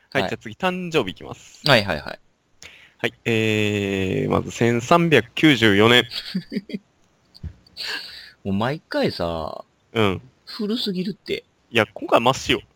はい、 はい。 じゃあ次、誕生日いきます。 はいはいはい。 はい、まず1394年。 もう毎回さ、 うん。 古すぎるって。 いや、今回マシよ。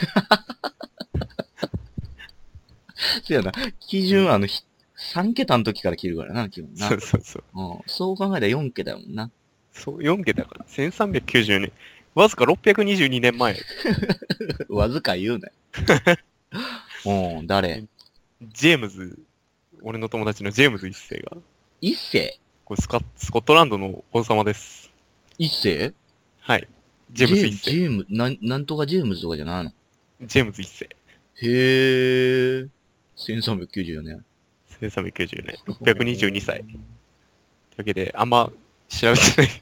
そうやな。基準、 うん。 3桁の時から切るからな、基本な。 そうそうそう。 うん。そう考えたら4桁やもんな。 そう、4桁から。1394年。わずか622年前。 わずか言うなよ。うん、誰ジェームズ、俺の友達のジェームズ一世が、 一世これスコットランドの王様です。 一世はい。ジェームズ一世。 ジェーム、なんとかジェームズとかじゃないの？ ジェームズ一世。 へえ。1394年。 1390年。622歳。というわけで、あんま調べてないです。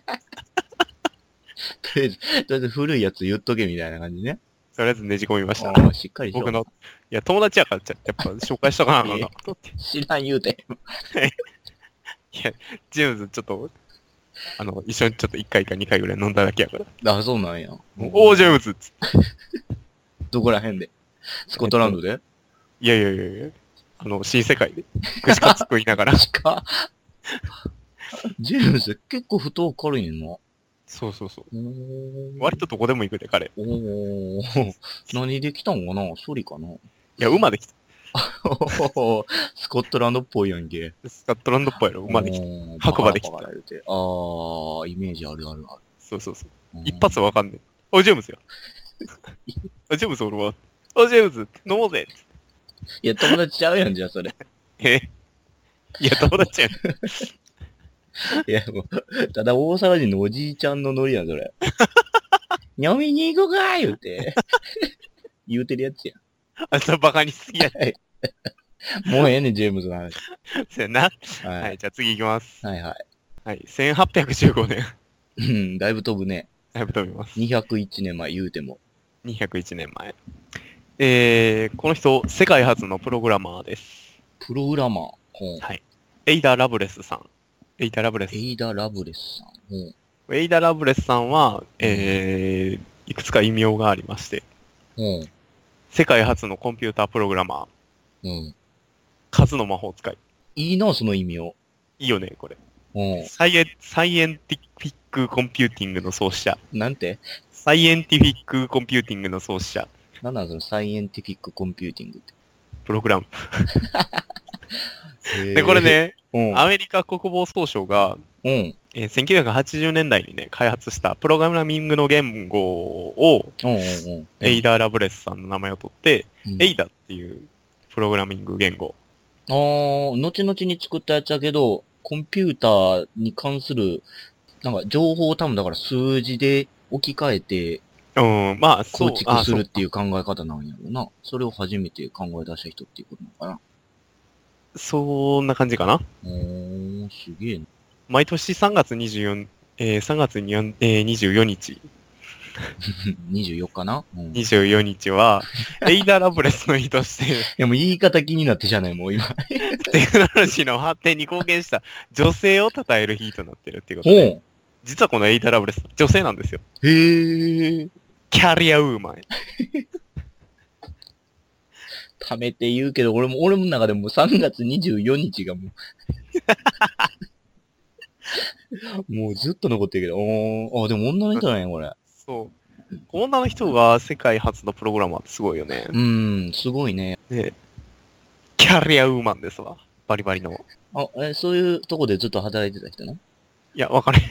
とりあえず古いやつ言っとけみたいな感じね。 とりあえずねじ込みました。 ああ、しっかりしろ。 僕の、いや、友達やからやっぱ紹介しとかなあかんなと思って。 知らん言うて。 いや、ジェームズちょっと、一緒にちょっと1回か2回ぐらい飲んだだけやから。 あ、そうなんや。 おー、ジェームズっつって。 どこら辺でスコットランドでいやいやいやいや、新世界で、串カツ食いながら。 かジェームズ結構太軽いねんな。 そうそうそう。 おー割とどこでも行くで、彼。いおー。何で来たんかなソリかなや、馬で来た。 スコットランドっぽいやんけ。 スコットランドっぽいやろ、馬で来た。 おー白馬で来た。 バカラバカラ言うて。あー、イメージあるあるある。 そうそうそう。 うん一発わかんねえ。おい、ジェームズや。あ、ジェームズおるわ。おい、ジェームズ、飲もうぜ。 いや、友達ちゃうやん、じゃあ、それ。 えいや、友達やん。 いや、もう、ただ大阪人のおじいちゃんのノリやん、それ。飲みに行こうか言うて。言うてるやつやあいつはバカにしすぎや。 ん。もうええねん、ジェームズの話。 そうやな。 ははい、 い。 じゃあ次行きます。 はいはい。 はい、1815年。 うん、だいぶ飛ぶね。 だいぶ飛びます。 201年前言うても。 201年前。この人、世界初のプログラマーです。 プログラマー。ほう。 はい。エイダ・ラブレスさん。エイダ・ラブレス。 エイダ・ラブレスさん。ほう。 エイダ・ラブレスさんは、いくつか異名がありまして、 ほう。 世界初のコンピュータープログラマー、 うん。 数の魔法使い。 いいな、その意味を。 いいよね、これ。 ほサイエンティフィックコンピューティングの創始者。 う。なんてサイエンティフィックコンピューティングの創始者。 なんなんそのサイエンティフィックコンピューティングって。 プログラム。 へで、これ。ね、 うん。 アメリカ国防総省が、 うん。 1980年代にね、開発したプログラミングの言語を、 うん。うん。 エイダー・ラブレスさんの名前を取って、 うんエイダっていうプログラミング言語。 あー、後々に作ったやつだけど、コンピューターに関する、なんか情報を多分だから数字で置き換えてうん、まあ、そう、 構築するっていう考え方なんやろうな。それを初めて考え出した人っていうことなのかそんな感じかな。 な。すげえな。 毎年3月24、3月に、24日、 24日な。うん。い 24日は、エイダー・ラブレスの日として、 やもう言い方気になってじゃない、もう今。 テクノロジーの発展に貢献した女性を称える日となってるっていうことほで、実はこのエイダー・ラブレス、女性なんですよ。 う。へえ。 キャリアウーマン。 貯めて言うけど、俺の中でもう3月24日がもう、もうずっと残ってるけど、でも女の人なんや、これ。 そう。女の人が世界初のプログラマーってすごいよね。 すごいね。 ね、キャリアウーマンですわ。バリバリの。 そういうとこでずっと働いてた人な。 いや、わかれん。い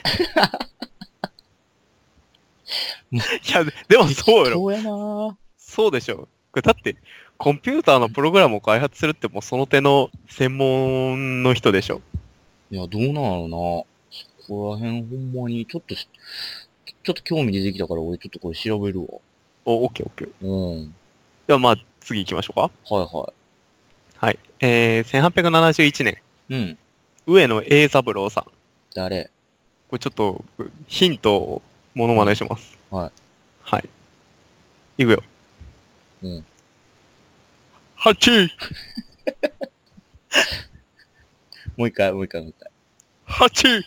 や、でもそうよ。 そうやなぁ。 そうでしょ。これだって、コンピューターのプログラムを開発するってもうその手の専門の人でしょ。 いや、どうなんやろな。そこら辺ほんまに、ちょっと興味出てきたから俺ちょっとこれ調べるわ。 オッケーオッケー。 うん。 ではまあ、次行きましょうか。 はいははい。1871年、 い。うん。 上野英三郎さん。 誰これちょっと、ヒントをモノマネします。 はい。 はい。いくよ。 うん。 8! もう一回。 8!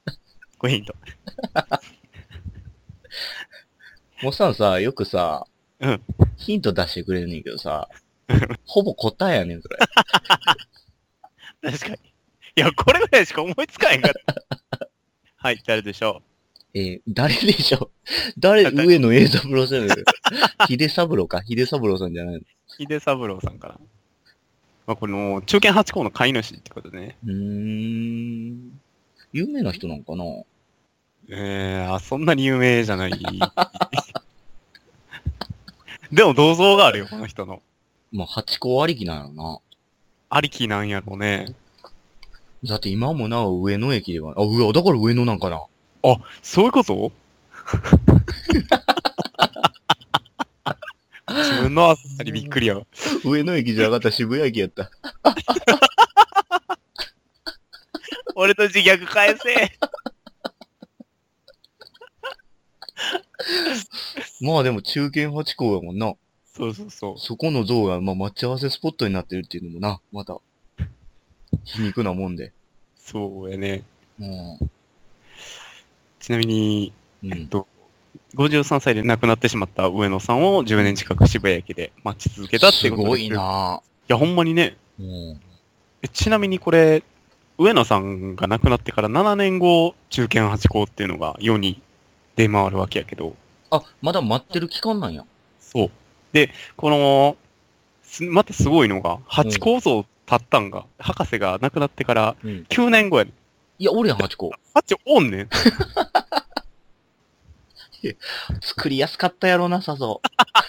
これヒント。 もっさんさ、よくさ、 うん。 ヒント出してくれるねんけどさ、ほぼ答えやねん、それ。 確かに。いや、これぐらいしか思いつかへんかった。はい、誰でしょ誰でしょ誰、 う。 上野英三郎さんだよ。秀三郎か。秀三郎さんじゃないの。 秀三郎さんかな。まあ、これもう、中堅八校の飼い主ってことでね。 有名な人なんかな。 そんなに有名じゃない。でも銅像があるよ、この人の。 まあ、八校ありきなんやろな。 ありきなんやろうね。 だって今もなお上野駅では、だから上野なんかな。 あ、そういうこと自分のあったりびっくりやわ。 上野駅じゃなかった渋谷駅やった。 俺と自虐返せ。 まあでも中堅八校やもんな。 そうそうそう。 そこの像が、まあ、待ち合わせスポットになってるっていうのもな、また、皮肉なもんで。 そうやね。 うん。 ちなみに、 うん。 53歳で亡くなってしまった上野さんを10年近く渋谷駅で待ち続けたっていうことです。 すごいな。 いや、ほんまにね。 うん。 ちなみにこれ、上野さんが亡くなってから7年後、中堅八校っていうのが世に出回るわけやけど、 あ、まだ待ってる期間なんや。 そう。で、この、またすごいのが、八構造立ったんが、博士が亡くなってからうん。 9年後やねん。 いや、俺やん、八校。 八おんねん。 作りやすかったやろな、さぞ。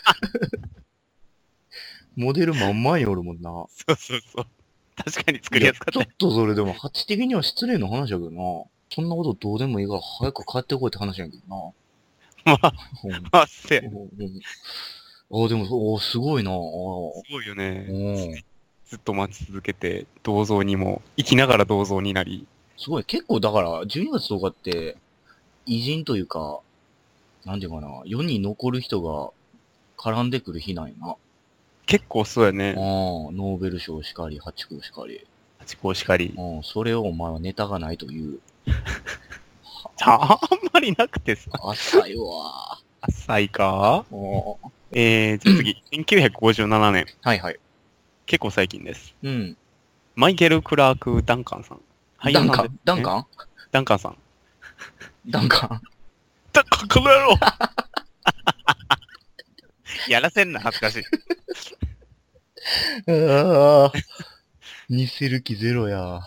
モデルまんまんにおるもんな。 そうそうそう。確かに作りやすかったよ。 ちょっとそれでも、八的には失礼な話やけどな。そんなことどうでもいいから早く帰ってこいって話やけどな。 まあ、 うんまあ、せや。 でも、すごいな。 すごいよね。 うん。 ずっと待ち続けて、銅像にも、生きながら銅像になり、 すごい。結構だから、12月10日って、偉人というか、なんていうかな、世に残る人が絡んでくる日なんやな。 結構そうやね。 ノーベル賞しかり、ハチ公しかり。 八甲しかり。 それをお前はネタがないという。 あんまりなくてさ。 浅いわ。 浅いかはじゃあ次。1957年。 いはい。 結構最近です。 うん。 マイケル・クラーク・ダンカンさん。俳優さんですねダンカンダンカンさん。 ダンカンダンカン、この野郎やらせんな、恥ずかしい。 ああ。似せる気ゼロや。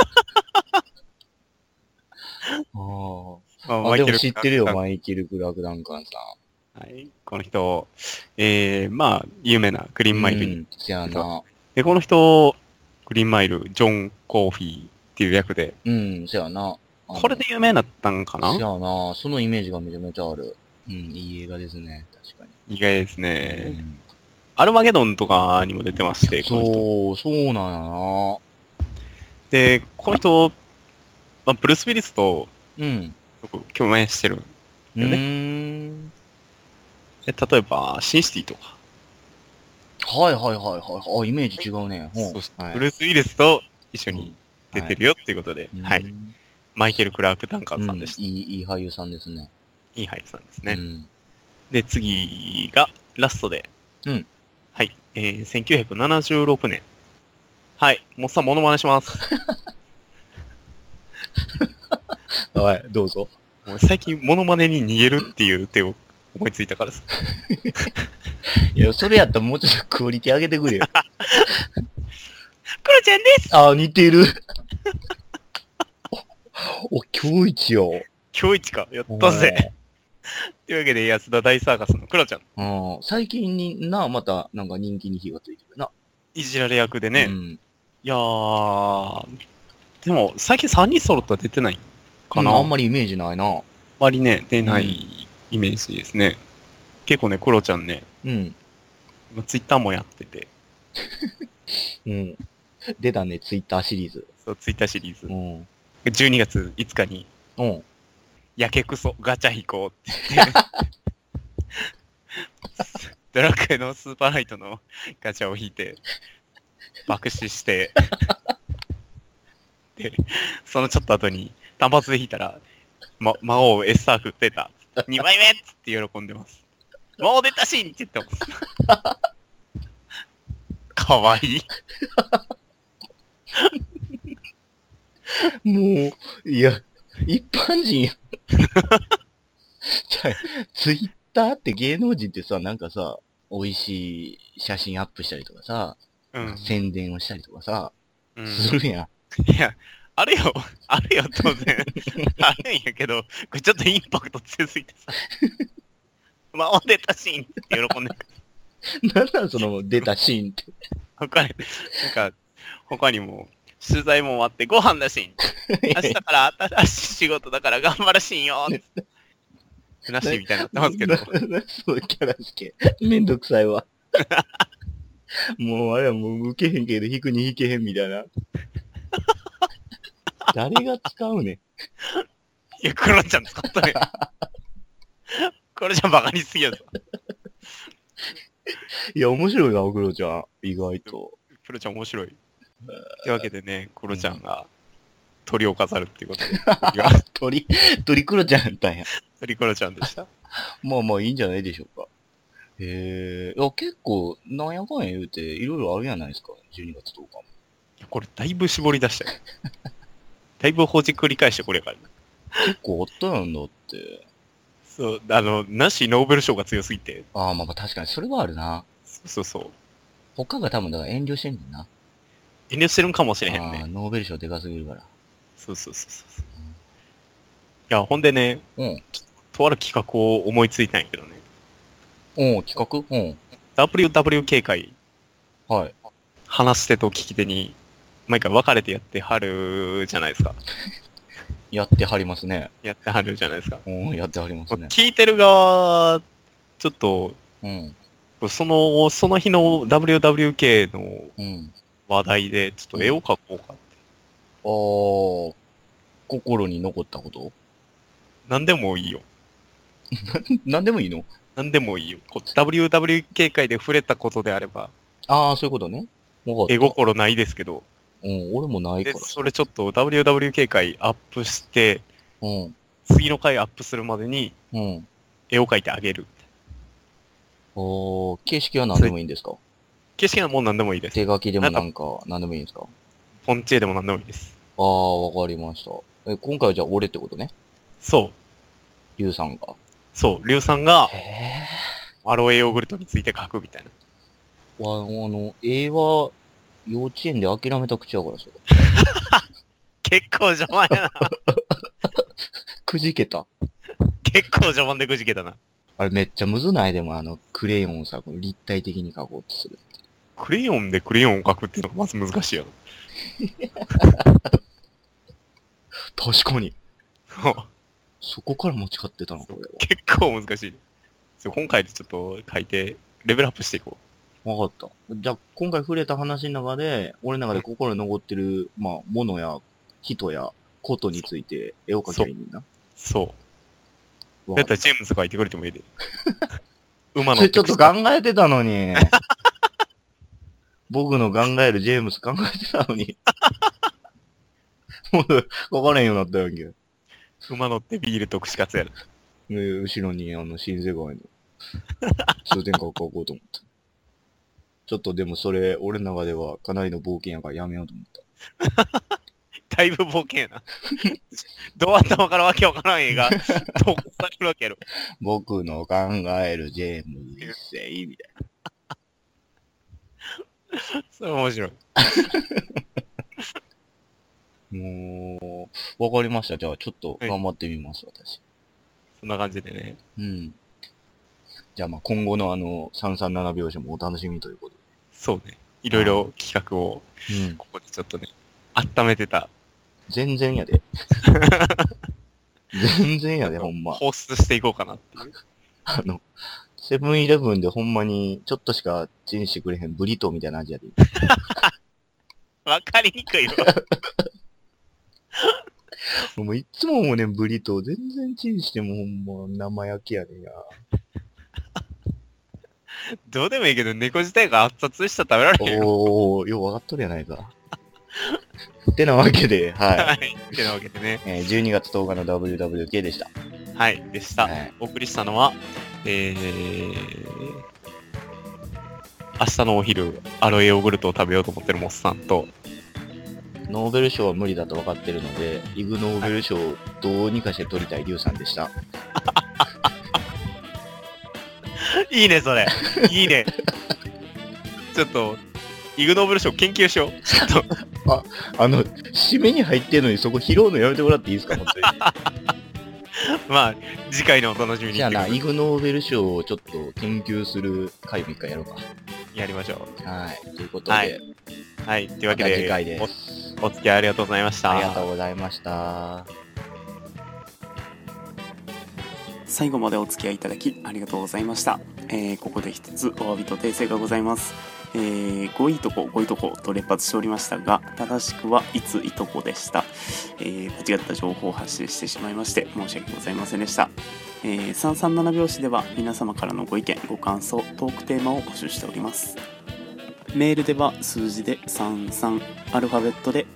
でも知ってるよ、マイケル・クラーク・ダンカンさはい。この人、まあ、有名なグリーンマイルに。 せやな。 で、この人、グリーンマイル、ジョン・コーフィーっていう役で、 せやな。 これで有名になったんかなせやな。そのイメージがめちゃめちゃある。いい映画ですね。確かに。 意外ですね。アルマゲドンとかにも出てまして、 そうなんやな。 で、この人、まあ、ブルース・ウィリスと、 うん。 すごく共演してる。よねで例えば、シンシティとか。 はいはいはいはい。イメージ違うね。 そうそうはいブルース・ウィリスと一緒に出てるよっていうことで、はい。マイケル・クラーク・ダンカンさんでした。 いい俳優さんですね。 いい俳優さんですね。で、次が、ラストで。はい。1976年。はい。もっさん、モノマネします。 はい、どうぞ。 もう最近、モノマネに逃げるっていう手を思いついたからです。 いや、それやったらもうちょっとクオリティ上げてくれよ。 クロちゃんです似てる。今日一よ。 今日一か。やったぜ。というわけで、安田大サーカスのクロちゃん。 最近にまた、なんか人気に火がついてるな。 いじられ役でね。いやー、でも、最近3人揃ったら出てないかな。 あんまりイメージないな。 あんまりね、出ないイメージですね。結構ね、クロちゃんね、ツイッターもやってて。 出たね、ツイッターシリーズ。 そう、ツイッターシリーズ。12月5日に、やけくそガチャ引こうって言って、ドラクエのスーパーライトのガチャを引いて、爆死して、で、そのちょっと後に単発で引いたら、魔王エスター振ってた。2枚目っつって喜んでます。 もう出たシーンって言ってます。かわいい。 もう、いや、一般人や。ツイッターって芸能人ってさ、なんかさ、美味しい写真アップしたりとかさ、宣伝をしたりとかさ、するやん。いや、あるよ、当然。あるんやけど、これちょっとインパクト強すぎてさ。まあ、出たシーンって喜んでる。 なんなんその出たシーンって。 他にも、取材も終わってご飯だし、明日から新しい仕事だから頑張るしんよって。ふなっしーみたいになってますけど。 そうキャラ付け。めんどくさいわ。もうあれはもう受けへんけど引くに引けへんみたいな。誰が使うねん。 いや、クロちゃん使ったね。クロちゃんバカにしすぎやぞ。 いや、面白いな、クロちゃん。意外と。 クロちゃん面白い。というわけでね、クロちゃんが鳥を飾るっていうことで。 鳥クロちゃんやったんや。 鳥クロちゃんでした。 まあまあいいんじゃないでしょうか。へえ。いや、結構、なんやかんや言うて、いろいろあるやないですか。12月10日も。 いや、これだいぶ絞り出したよ。だいぶほじくり返してこれから、ね。 結構あったやんだって。 そう、なしノーベル賞が強すぎて。 ああ、まあ確かに、それはあるな。 そう。 他が多分、だから遠慮してんねんな。 遠慮してるんかもしれへんね。 ノーベル賞でかすぎるから。 そう。いや、ほんでね、とある企画を思いついたんやけどね。 企画 WWK 会。 はい。 話し手と聞き手に、毎回分かれてやってはるじゃないですか。 やってはりますね。 やってはるじゃないですか。 やってはりますね。 聞いてる側、ちょっと、その日の WWK の話題で、ちょっと絵を描こうかって。 心に残ったこと？ 何でもいいよ。 何でもいいの？ 何でもいいよ。WWK 会で触れたことであれば。 ああ、そういうことね。 絵心ないですけど。 俺もないから。 それちょっと WWK 会アップして、次の回アップするまでに、絵を描いてあげる。 形式は何でもいいんですか？ 形式はもう何でもいいです。 手書きでもなんか何でもいいんですか？ ポンチ絵でも何でもいいです。 わかりました。今回はじゃあ俺ってことね。 そう。 リュウさんが。 そう、リュウさんが、アロエヨーグルトについて書くみたいな。 絵は、幼稚園で諦めた口やからそれ。 結構序盤やな。 くじけた。 結構序盤でくじけたな。 あれめっちゃむずないでもクレヨンをさ、立体的に描こうとする。 クレヨンでクレヨンを描くっていうのがまず難しいよ。 確かに。そこから持ち買ってたの、これは。 結構難しい。今回でちょっと書いて、レベルアップしていこう。わかった。じゃあ、今回触れた話の中で、俺の中で心に残ってる、ものや、人や、ことについて絵を描けばいいんだ。 そう。だったらジェームズ描いてくれてもいいで。 馬の。それちょっと考えてたのに。僕の考えるジェームズ考えてたのに。もう、わからへんようになったやんけ。 馬乗ってビールと串カツやる。 後ろに、新世界の通天閣を描こうと思った。ちょっとでもそれ、俺の中ではかなりの冒険やからやめようと思った。 だいぶ冒険やな。どう頭からわけわからん映画、投稿されるわけやろ。 僕の考えるジェームズ一世みたいな。それ面白い。 もう、わかりました。じゃあ、ちょっと頑張ってみます、私。 そんな感じでね。 じゃあ、今後の337拍子もお楽しみということで。 そうね。いろいろ企画を、ここでちょっとね、温めてた。 全然やで。全然やで、ほんま。 放出していこうかなっていう。 セブンイレブンでほんまに、ちょっとしかチンしてくれへんブリトーみたいな味やで。 わかりにくいわ。 もういつも思うねん、ブリトー。全然チンしてもほんま生焼きやでや。 どうでもいいけど、猫自体が熱々したら食べられへんよ。よう分かっとるやないか。ってなわけで、はい。 ってなわけでね。 12月10日の WWK でした。 はい、でした。お送りしたのは、 明日のお昼、アロエヨーグルトを食べようと思ってるモスさんと、 ノーベル賞は無理だと分かってるので、イグ・ノーベル賞をどうにかして取りたいリュウさんでした。 いいね、それ。いいね。ちょっと、イグノーベル賞研究しよう。ちょっと。 締めに入ってるのにそこ拾うのやめてもらっていいですか、本当に。 まあ、次回のお楽しみに。 じゃあな、イグ・ノーベル賞をちょっと研究する回も一回やろうか。 やりましょう。はい。ということで。 はい。というわけで、 次回です。 お付き合いありがとうございました。 ありがとうございました。 最後までお付き合いいただきありがとうございました。ここで一つお詫びと訂正がございます。ごいとこと連発しておりましたが、正しくはいついとこでした。間違った情報を発信してしまいまして申し訳ございませんでした。337拍子では皆様からのご意見ご感想トークテーマを募集しております。メールでは数字で33アルファベットで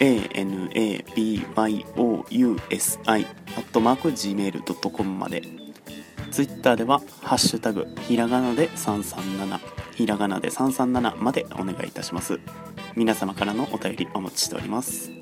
nanabyousi@gmail.com まで。ツイッターではハッシュタグひらがなで337ひらがなで337までお願いいたします。皆様からのお便りお待ちしております。